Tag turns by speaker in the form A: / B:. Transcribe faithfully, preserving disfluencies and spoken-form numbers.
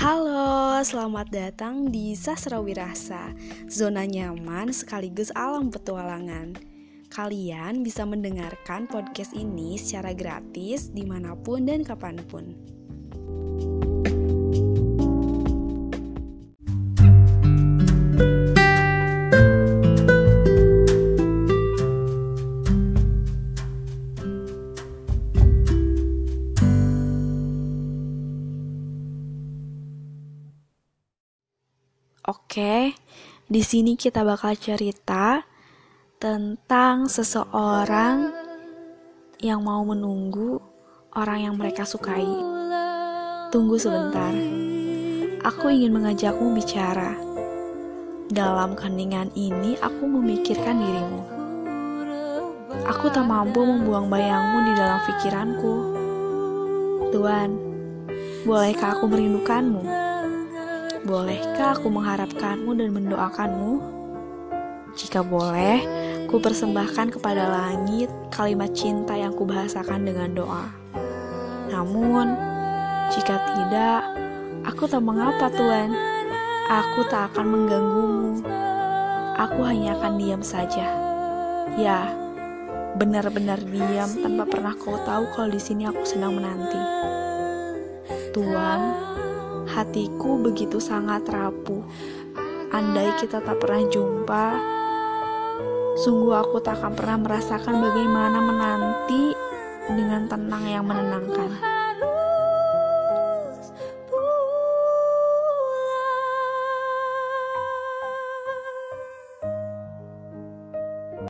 A: Halo, selamat datang di Sastra Wirasa, zona nyaman sekaligus alam petualangan. Kalian bisa mendengarkan podcast ini secara gratis dimanapun dan kapanpun. Oke, di sini kita bakal cerita tentang seseorang yang mau menunggu orang yang mereka sukai. Tunggu sebentar, aku ingin mengajakmu bicara. Dalam keheningan ini, aku memikirkan dirimu. Aku tak mampu membuang bayangmu di dalam pikiranku. Tuan, bolehkah aku merindukanmu? Bolehkah aku mengharapkanmu dan mendoakanmu? Jika boleh, ku persembahkan kepada langit kalimat cinta yang kubahasakan dengan doa. Namun, jika tidak, aku tak mengapa, Tuan. Aku tak akan mengganggumu. Aku hanya akan diam saja. Ya, benar-benar diam tanpa pernah kau tahu kalau di sini aku sedang menanti. Tuan, hatiku begitu sangat rapuh. Andai kita tak pernah jumpa, sungguh aku tak akan pernah merasakan bagaimana menanti dengan tenang yang menenangkan.